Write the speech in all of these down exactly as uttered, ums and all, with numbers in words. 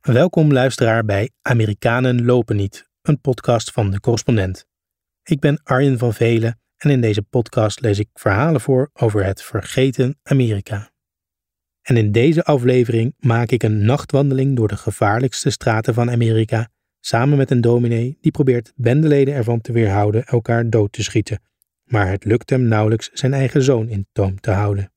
Welkom luisteraar bij Amerikanen lopen niet, een podcast van De Correspondent. Ik ben Arjen van Velen en in deze podcast lees ik verhalen voor over het vergeten Amerika. En in deze aflevering maak ik een nachtwandeling door de gevaarlijkste straten van Amerika, samen met een dominee die probeert bendeleden ervan te weerhouden elkaar dood te schieten, maar het lukt hem nauwelijks zijn eigen zoon in toom te houden.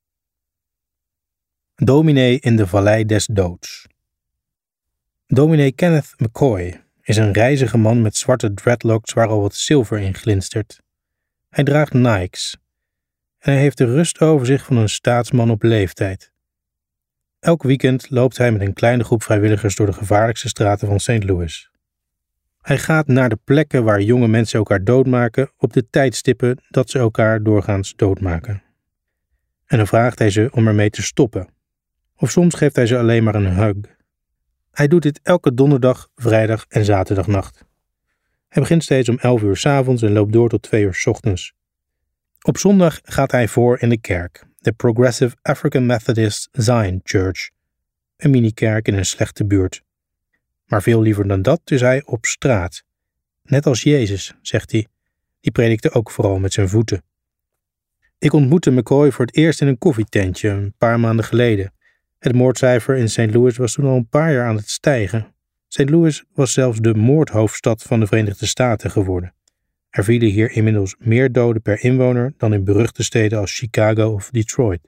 Dominee in de Vallei des Doods. Dominee Kenneth McCoy is een rijzige man met zwarte dreadlocks waar al wat zilver in glinstert. Hij draagt Nikes en hij heeft de rust over zich van een staatsman op leeftijd. Elk weekend loopt hij met een kleine groep vrijwilligers door de gevaarlijkste straten van Saint Louis. Hij gaat naar de plekken waar jonge mensen elkaar doodmaken op de tijdstippen dat ze elkaar doorgaans doodmaken. En dan vraagt hij ze om ermee te stoppen. Of soms geeft hij ze alleen maar een hug. Hij doet dit elke donderdag, vrijdag en zaterdagnacht. Hij begint steeds om elf uur 's avonds en loopt door tot twee uur 's ochtends. Op zondag gaat hij voor in de kerk, de Progressive African Methodist Zion Church, een minikerk in een slechte buurt. Maar veel liever dan dat is hij op straat. Net als Jezus, zegt hij, die predikte ook vooral met zijn voeten. Ik ontmoette McCoy voor het eerst in een koffietentje een paar maanden geleden. Het moordcijfer in Saint Louis was toen al een paar jaar aan het stijgen. Saint Louis was zelfs de moordhoofdstad van de Verenigde Staten geworden. Er vielen hier inmiddels meer doden per inwoner dan in beruchte steden als Chicago of Detroit.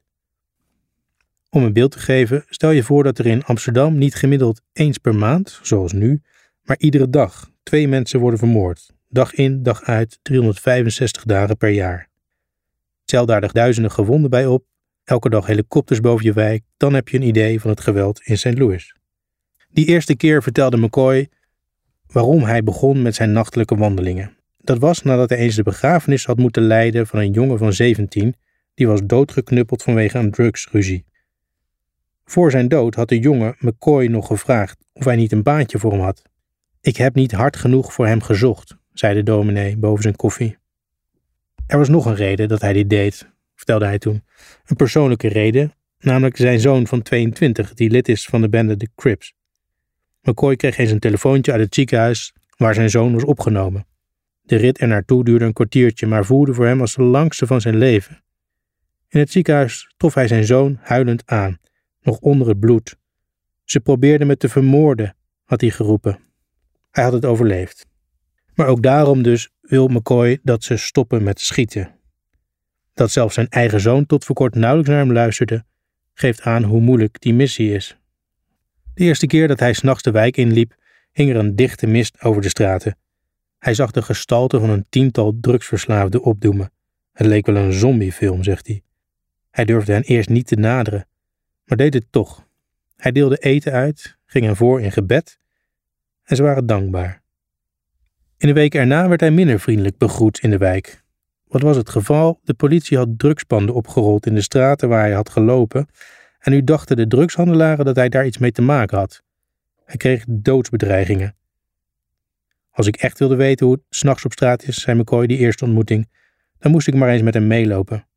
Om een beeld te geven, stel je voor dat er in Amsterdam niet gemiddeld eens per maand, zoals nu, maar iedere dag twee mensen worden vermoord. Dag in, dag uit, driehonderdvijfenzestig dagen per jaar. Tel daar de duizenden gewonden bij op, elke dag helikopters boven je wijk, dan heb je een idee van het geweld in Saint Louis. Die eerste keer vertelde McCoy waarom hij begon met zijn nachtelijke wandelingen. Dat was nadat hij eens de begrafenis had moeten leiden van een jongen van zeventien, die was doodgeknuppeld vanwege een drugsruzie. Voor zijn dood had de jongen McCoy nog gevraagd of hij niet een baantje voor hem had. Ik heb niet hard genoeg voor hem gezocht, zei de dominee boven zijn koffie. Er was nog een reden dat hij dit deed, vertelde hij toen. Een persoonlijke reden, namelijk zijn zoon van tweeëntwintig, die lid is van de bende The Crips. McCoy kreeg eens een telefoontje uit het ziekenhuis waar zijn zoon was opgenomen. De rit er naartoe duurde een kwartiertje, maar voelde voor hem als de langste van zijn leven. In het ziekenhuis trof hij zijn zoon huilend aan, nog onder het bloed. Ze probeerden me te vermoorden, had hij geroepen. Hij had het overleefd. Maar ook daarom dus wil McCoy dat ze stoppen met schieten. Dat zelfs zijn eigen zoon tot voor kort nauwelijks naar hem luisterde, geeft aan hoe moeilijk die missie is. De eerste keer dat hij 's nachts de wijk inliep, hing er een dichte mist over de straten. Hij zag de gestalte van een tiental drugsverslaafden opdoemen. Het leek wel een zombiefilm, zegt hij. Hij durfde hen eerst niet te naderen, maar deed het toch. Hij deelde eten uit, ging hen voor in gebed en ze waren dankbaar. In de week erna werd hij minder vriendelijk begroet in de wijk. Wat was het geval? De politie had drugsbanden opgerold in de straten waar hij had gelopen en nu dachten de drugshandelaren dat hij daar iets mee te maken had. Hij kreeg doodsbedreigingen. Als ik echt wilde weten hoe het 's nachts op straat is, zei McCoy die eerste ontmoeting, dan moest ik maar eens met hem meelopen.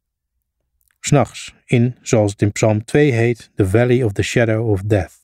'S Nachts, in, zoals het in Psalm twee heet, the Valley of the Shadow of Death.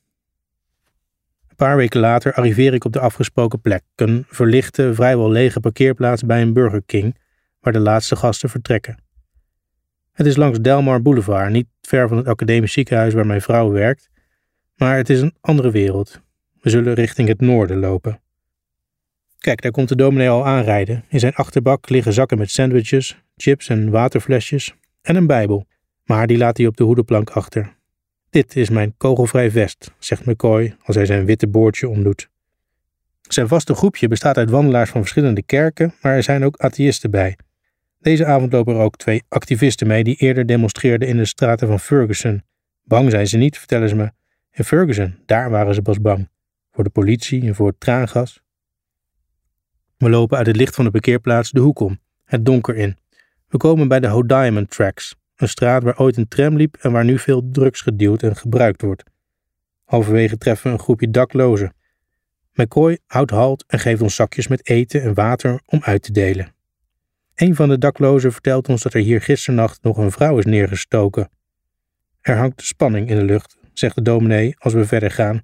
Een paar weken later arriveer ik op de afgesproken plek, een verlichte, vrijwel lege parkeerplaats bij een Burger King, waar de laatste gasten vertrekken. Het is langs Delmar Boulevard, niet ver van het academisch ziekenhuis waar mijn vrouw werkt, maar het is een andere wereld. We zullen richting het noorden lopen. Kijk, daar komt de dominee al aanrijden. In zijn achterbak liggen zakken met sandwiches, chips en waterflesjes en een bijbel, maar die laat hij op de hoedenplank achter. Dit is mijn kogelvrij vest, zegt McCoy als hij zijn witte boordje omdoet. Zijn vaste groepje bestaat uit wandelaars van verschillende kerken, maar er zijn ook atheïsten bij. Deze avond lopen er ook twee activisten mee die eerder demonstreerden in de straten van Ferguson. Bang zijn ze niet, vertellen ze me. In Ferguson, daar waren ze pas bang. Voor de politie en voor het traangas. We lopen uit het licht van de parkeerplaats de hoek om, het donker in. We komen bij de Hodiamond Tracks, een straat waar ooit een tram liep en waar nu veel drugs gedeeld en gebruikt wordt. Halverwege treffen we een groepje daklozen. McCoy houdt halt en geeft ons zakjes met eten en water om uit te delen. Een van de daklozen vertelt ons dat er hier gisternacht nog een vrouw is neergestoken. Er hangt spanning in de lucht, zegt de dominee als we verder gaan.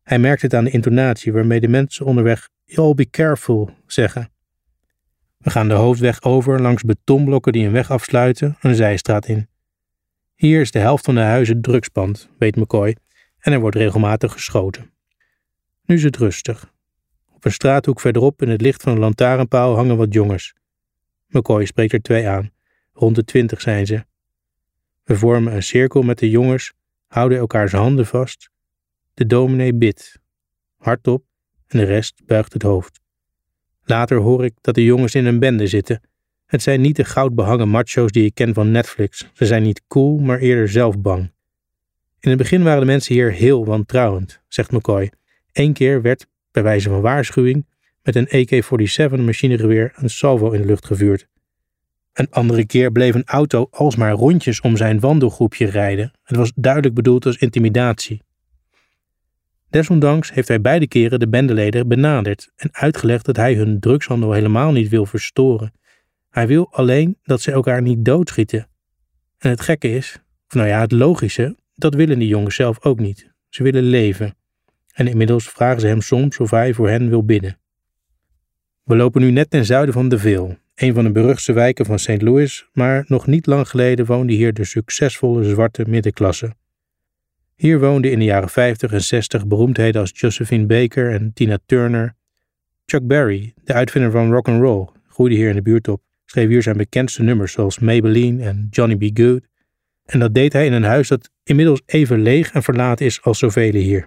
Hij merkte het aan de intonatie waarmee de mensen onderweg "Y'all be careful" zeggen. We gaan de hoofdweg over langs betonblokken die een weg afsluiten, een zijstraat in. Hier is de helft van de huizen drugspand, weet McCoy, en er wordt regelmatig geschoten. Nu is het rustig. Op een straathoek verderop in het licht van een lantaarnpaal hangen wat jongens. McCoy spreekt er twee aan. Rond de twintig zijn ze. We vormen een cirkel met de jongens, houden elkaars handen vast. De dominee bidt. Hardop en de rest buigt het hoofd. Later hoor ik dat de jongens in een bende zitten. Het zijn niet de goudbehangen macho's die ik ken van Netflix. Ze zijn niet cool, maar eerder zelf bang. In het begin waren de mensen hier heel wantrouwend, zegt McCoy. Eén keer werd, bij wijze van waarschuwing, met een A K zevenenveertig machinegeweer een salvo in de lucht gevuurd. Een andere keer bleef een auto alsmaar rondjes om zijn wandelgroepje rijden. Het was duidelijk bedoeld als intimidatie. Desondanks heeft hij beide keren de bendeleden benaderd en uitgelegd dat hij hun drugshandel helemaal niet wil verstoren. Hij wil alleen dat ze elkaar niet doodschieten. En het gekke is, of nou ja, het logische, dat willen die jongens zelf ook niet. Ze willen leven. En inmiddels vragen ze hem soms of hij voor hen wil bidden. We lopen nu net ten zuiden van DeVille, een van de beruchtste wijken van Saint Louis, maar nog niet lang geleden woonde hier de succesvolle zwarte middenklasse. Hier woonden in de jaren vijftig en zestig beroemdheden als Josephine Baker en Tina Turner. Chuck Berry, de uitvinder van rock'n'roll, groeide hier in de buurt op, schreef hier zijn bekendste nummers zoals Maybelline en Johnny B. Good. En dat deed hij in een huis dat inmiddels even leeg en verlaten is als zoveel hier.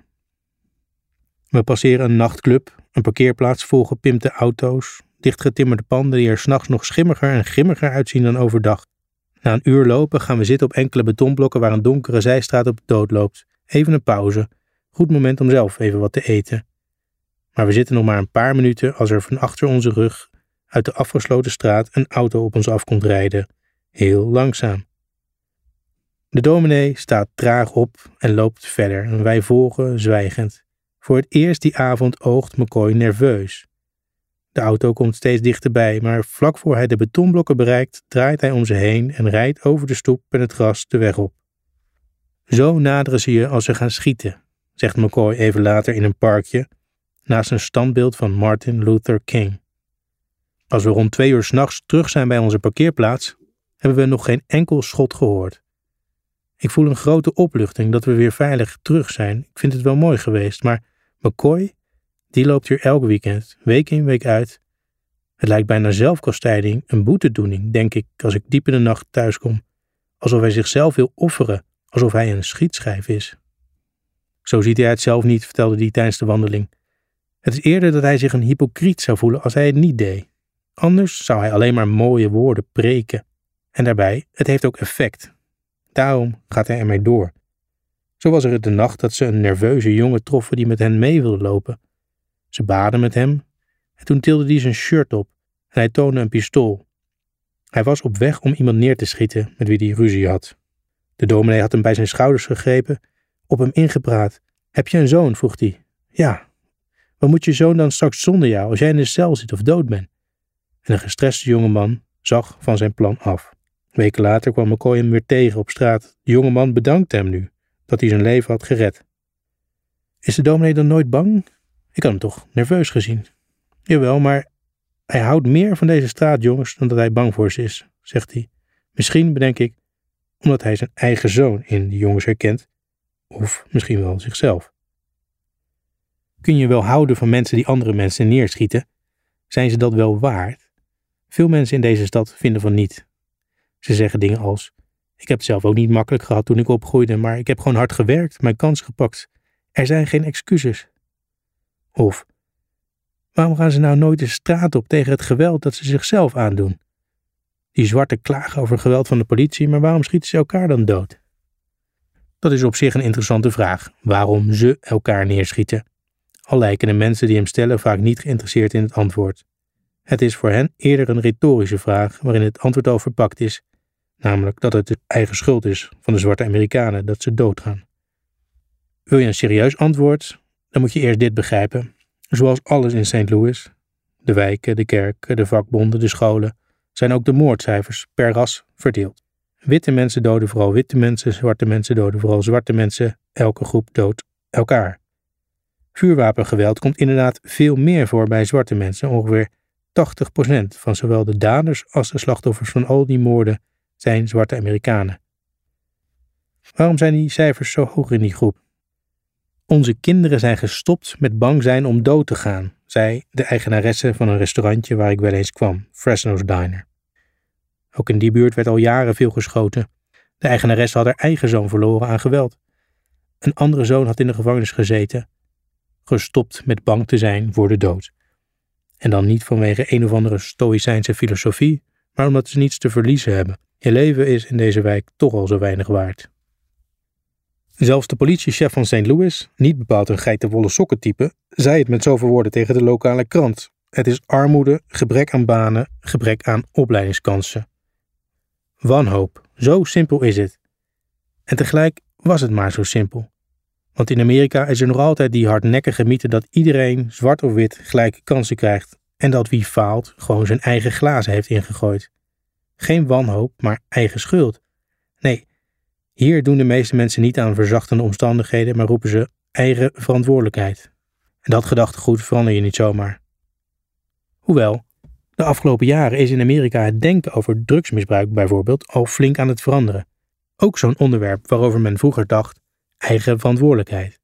We passeren een nachtclub, een parkeerplaats vol gepimpte auto's, dichtgetimmerde panden die er 's nachts nog schimmiger en grimmiger uitzien dan overdag. Na een uur lopen gaan we zitten op enkele betonblokken waar een donkere zijstraat op de dood loopt. Even een pauze. Goed moment om zelf even wat te eten. Maar we zitten nog maar een paar minuten als er van achter onze rug uit de afgesloten straat een auto op ons af komt rijden. Heel langzaam. De dominee staat traag op en loopt verder en wij volgen zwijgend. Voor het eerst die avond oogt McCoy nerveus. De auto komt steeds dichterbij, maar vlak voor hij de betonblokken bereikt, draait hij om ze heen en rijdt over de stoep en het gras de weg op. Zo naderen ze je als ze gaan schieten, zegt McCoy even later in een parkje, naast een standbeeld van Martin Luther King. Als we rond twee uur 's nachts terug zijn bij onze parkeerplaats, hebben we nog geen enkel schot gehoord. Ik voel een grote opluchting dat we weer veilig terug zijn. Ik vind het wel mooi geweest, maar McCoy, die loopt hier elk weekend, week in week uit. Het lijkt bijna zelfkastijding, een boetedoening, denk ik, als ik diep in de nacht thuiskom. Alsof hij zichzelf wil offeren, alsof hij een schietschijf is. Zo ziet hij het zelf niet, vertelde hij tijdens de wandeling. Het is eerder dat hij zich een hypocriet zou voelen als hij het niet deed. Anders zou hij alleen maar mooie woorden preken. En daarbij, het heeft ook effect. Daarom gaat hij ermee door. Zo was er de nacht dat ze een nerveuze jongen troffen die met hen mee wilde lopen. Ze baden met hem en toen tilde hij zijn shirt op en hij toonde een pistool. Hij was op weg om iemand neer te schieten met wie hij ruzie had. De dominee had hem bij zijn schouders gegrepen, op hem ingepraat. Heb je een zoon? Vroeg hij. Ja. Wat moet je zoon dan straks zonder jou als jij in de cel zit of dood bent? En een gestreste jongeman zag van zijn plan af. Weken later kwam McCoy hem weer tegen op straat. De jongeman bedankte hem nu dat hij zijn leven had gered. Is de dominee dan nooit bang? Ik had hem toch nerveus gezien. Jawel, maar hij houdt meer van deze straatjongens dan dat hij bang voor ze is, zegt hij. Misschien, bedenk ik, omdat hij zijn eigen zoon in die jongens herkent. Of misschien wel zichzelf. Kun je wel houden van mensen die andere mensen neerschieten? Zijn ze dat wel waard? Veel mensen in deze stad vinden van niet. Ze zeggen dingen als: ik heb het zelf ook niet makkelijk gehad toen ik opgroeide, maar ik heb gewoon hard gewerkt, mijn kans gepakt. Er zijn geen excuses. Of: waarom gaan ze nou nooit de straat op tegen het geweld dat ze zichzelf aandoen? Die zwarten klagen over geweld van de politie, maar waarom schieten ze elkaar dan dood? Dat is op zich een interessante vraag, waarom ze elkaar neerschieten. Al lijken de mensen die hem stellen vaak niet geïnteresseerd in het antwoord. Het is voor hen eerder een retorische vraag waarin het antwoord al verpakt is, namelijk dat het de eigen schuld is van de zwarte Amerikanen dat ze doodgaan. Wil je een serieus antwoord, dan moet je eerst dit begrijpen. Zoals alles in Saint Louis, de wijken, de kerken, de vakbonden, de scholen, zijn ook de moordcijfers per ras verdeeld. Witte mensen doden vooral witte mensen, zwarte mensen doden vooral zwarte mensen, elke groep doodt elkaar. Vuurwapengeweld komt inderdaad veel meer voor bij zwarte mensen. Ongeveer tachtig procent van zowel de daders als de slachtoffers van al die moorden zijn zwarte Amerikanen. Waarom zijn die cijfers zo hoog in die groep? Onze kinderen zijn gestopt met bang zijn om dood te gaan, zei de eigenaresse van een restaurantje waar ik wel eens kwam, Fresno's Diner. Ook in die buurt werd al jaren veel geschoten. De eigenaresse had haar eigen zoon verloren aan geweld. Een andere zoon had in de gevangenis gezeten, gestopt met bang te zijn voor de dood. En dan niet vanwege een of andere stoïcijnse filosofie, maar omdat ze niets te verliezen hebben. Je leven is in deze wijk toch al zo weinig waard. Zelfs de politiechef van Saint Louis, niet bepaald een geitenwolle sokkentype, zei het met zoveel woorden tegen de lokale krant. Het is armoede, gebrek aan banen, gebrek aan opleidingskansen. Wanhoop, zo simpel is het. En tegelijk was het maar zo simpel. Want in Amerika is er nog altijd die hardnekkige mythe dat iedereen, zwart of wit, gelijke kansen krijgt en dat wie faalt gewoon zijn eigen glazen heeft ingegooid. Geen wanhoop, maar eigen schuld. Nee, hier doen de meeste mensen niet aan verzachtende omstandigheden, maar roepen ze eigen verantwoordelijkheid. En dat gedachtegoed verander je niet zomaar. Hoewel, de afgelopen jaren is in Amerika het denken over drugsmisbruik bijvoorbeeld al flink aan het veranderen. Ook zo'n onderwerp waarover men vroeger dacht, eigen verantwoordelijkheid.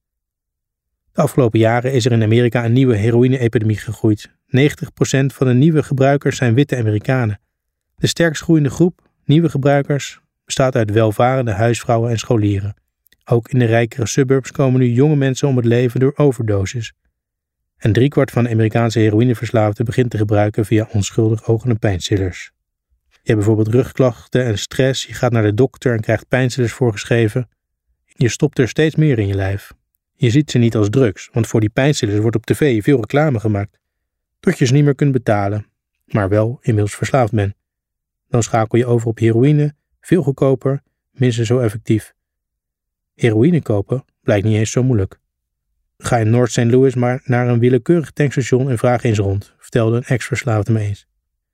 De afgelopen jaren is er in Amerika een nieuwe heroïne-epidemie gegroeid. negentig procent van de nieuwe gebruikers zijn witte Amerikanen. De sterkst groeiende groep nieuwe gebruikers bestaat uit welvarende huisvrouwen en scholieren. Ook in de rijkere suburbs komen nu jonge mensen om het leven door overdoses. En driekwart van de Amerikaanse heroïneverslaafden begint te gebruiken via onschuldig ogende pijnstillers. Je hebt bijvoorbeeld rugklachten en stress, je gaat naar de dokter en krijgt pijnstillers voorgeschreven. Je stopt er steeds meer in je lijf. Je ziet ze niet als drugs, want voor die pijnstillers wordt op tv veel reclame gemaakt. Tot je ze niet meer kunt betalen, maar wel inmiddels verslaafd bent. Dan schakel je over op heroïne, veel goedkoper, minstens zo effectief. Heroïne kopen blijkt niet eens zo moeilijk. Ga in North Saint Louis maar naar een willekeurig tankstation en vraag eens rond, vertelde een ex-verslaafde me eens.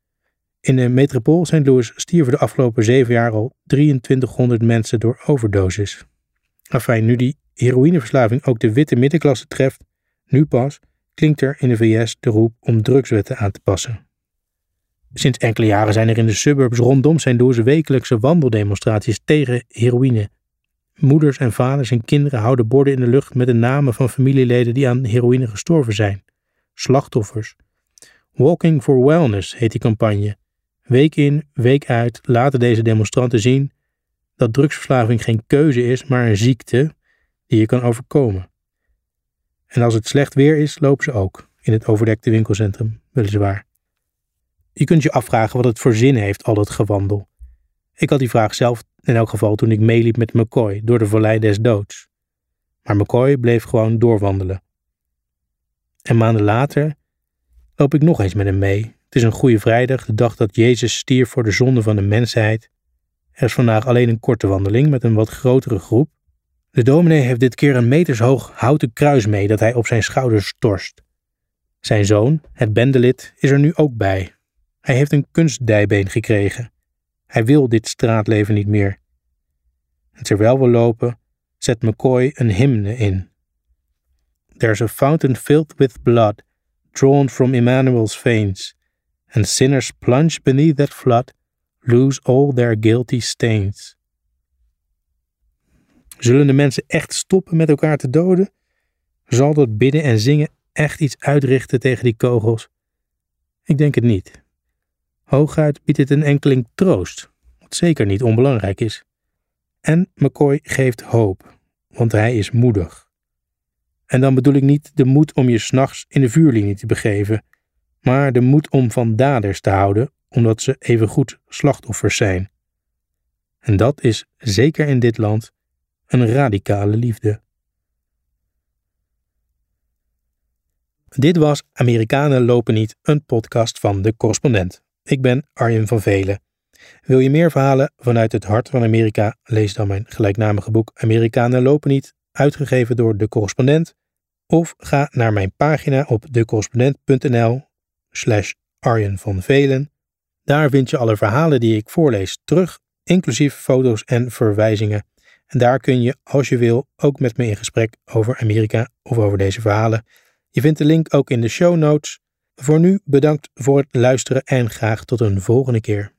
In de metropool Saint Louis stierven de afgelopen zeven jaar al drieëntwintighonderd mensen door overdosis. Afijn, nu die heroïneverslaving ook de witte middenklasse treft, nu pas klinkt er in de V S de roep om drugswetten aan te passen. Sinds enkele jaren zijn er in de suburbs rondom Saint Louis wekelijkse wandeldemonstraties tegen heroïne. Moeders en vaders en kinderen houden borden in de lucht met de namen van familieleden die aan heroïne gestorven zijn. Slachtoffers. Walking for Wellness heet die campagne. Week in, week uit laten deze demonstranten zien dat drugsverslaving geen keuze is, maar een ziekte die je kan overkomen. En als het slecht weer is, lopen ze ook in het overdekte winkelcentrum, weliswaar. Je kunt je afvragen wat het voor zin heeft, al dat gewandel. Ik had die vraag zelf in elk geval toen ik meeliep met McCoy door de Vallei des Doods. Maar McCoy bleef gewoon doorwandelen. En maanden later loop ik nog eens met hem mee. Het is een goede vrijdag, de dag dat Jezus stierf voor de zonde van de mensheid. Er is vandaag alleen een korte wandeling met een wat grotere groep. De dominee heeft dit keer een metershoog houten kruis mee dat hij op zijn schouders torst. Zijn zoon, het bendelid, is er nu ook bij. Hij heeft een kunstdijbeen gekregen. Hij wil dit straatleven niet meer. En terwijl we lopen, zet McCoy een hymne in. There's a fountain filled with blood, drawn from Emmanuel's veins, and sinners plunge beneath that flood, lose all their guilty stains. Zullen de mensen echt stoppen met elkaar te doden? Zal dat bidden en zingen echt iets uitrichten tegen die kogels? Ik denk het niet. Hooguit biedt het een enkeling troost, wat zeker niet onbelangrijk is. En McCoy geeft hoop, want hij is moedig. En dan bedoel ik niet de moed om je 's nachts in de vuurlinie te begeven, maar de moed om van daders te houden, omdat ze evengoed slachtoffers zijn. En dat is, zeker in dit land, een radicale liefde. Dit was Amerikanen lopen niet, een podcast van De Correspondent. Ik ben Arjen van Velen. Wil je meer verhalen vanuit het hart van Amerika? Lees dan mijn gelijknamige boek Amerikanen lopen niet, uitgegeven door De Correspondent. Of ga naar mijn pagina op decorrespondent.nl slash Arjen van Velen. Daar vind je alle verhalen die ik voorlees terug, inclusief foto's en verwijzingen. En daar kun je, als je wil, ook met me in gesprek over Amerika of over deze verhalen. Je vindt de link ook in de show notes. Voor nu bedankt voor het luisteren en graag tot een volgende keer.